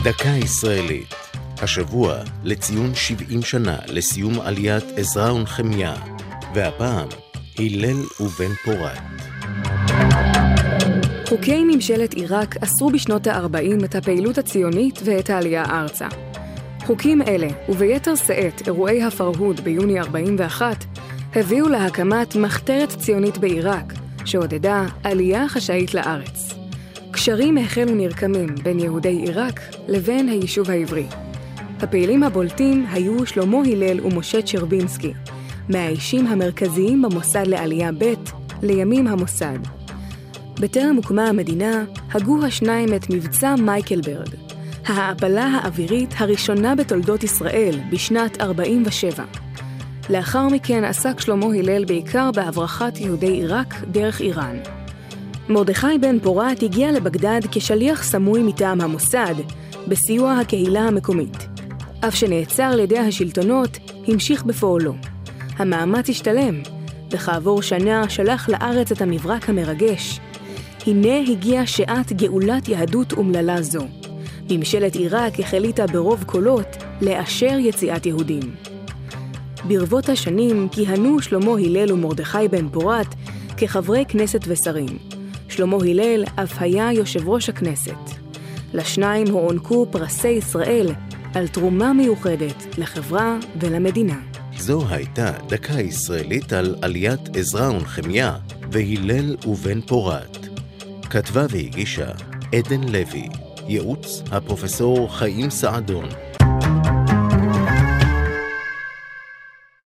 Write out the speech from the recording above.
דקה ישראלית. השבוע לציון 70 שנה לסיום עליית עזרא ונחמיה, והפעם הלל ובן פורת. חוקי ממשלת עיראק אסרו בשנות ה-40 את הפעילות הציונית ואת העלייה ארצה. חוקים אלה, וביתר שאת אירועי הפרהוד ביוני 41, הביאו להקמת מחתרת ציונית בעיראק, שעודדה עלייה חשאית לארץ. קשרים החלו נרקמים בין יהודי עיראק לבין היישוב העברי. הפעילים הבולטים היו שלמה הלל ומשה צ'רבינסקי, מהאישים המרכזיים במוסד לעלייה ב' לימים המוסד. בטרם הוקמה המדינה, הגו השניים את מבצע מייקלברג, ההעפלה האווירית הראשונה בתולדות ישראל בשנת 47. לאחר מכן עסק שלמה הלל בעיקר בהברחת יהודי עיראק דרך איראן. מרדכי בן פורת הגיע לבגדד כשליח סמוי מטעם המוסד, בסיוע הקהילה המקומית. אף שנעצר על ידי השלטונות, המשיך בפועלו. המאמץ השתלם, וכעבור שנה שלח לארץ את המברק המרגש. הנה הגיעה שעת גאולת יהדות אומללה זו. ממשלת עיראק החליטה ברוב קולות לאשר יציאת יהודים. ברבות השנים כיהנו שלמה הלל ומרדכי בן פורת כחברי כנסת ושרים. שלמה הלל אף היה יושב ראש הכנסת. לשניים הוענקו פרסי ישראל על תרומה מיוחדת לחברה ולמדינה. זו הייתה דקה ישראלית על עליית עזרא ונחמיה והלל ובן פורת. כתבה והגישה עדן לוי. ייעוץ הפרופסור חיים סעדון.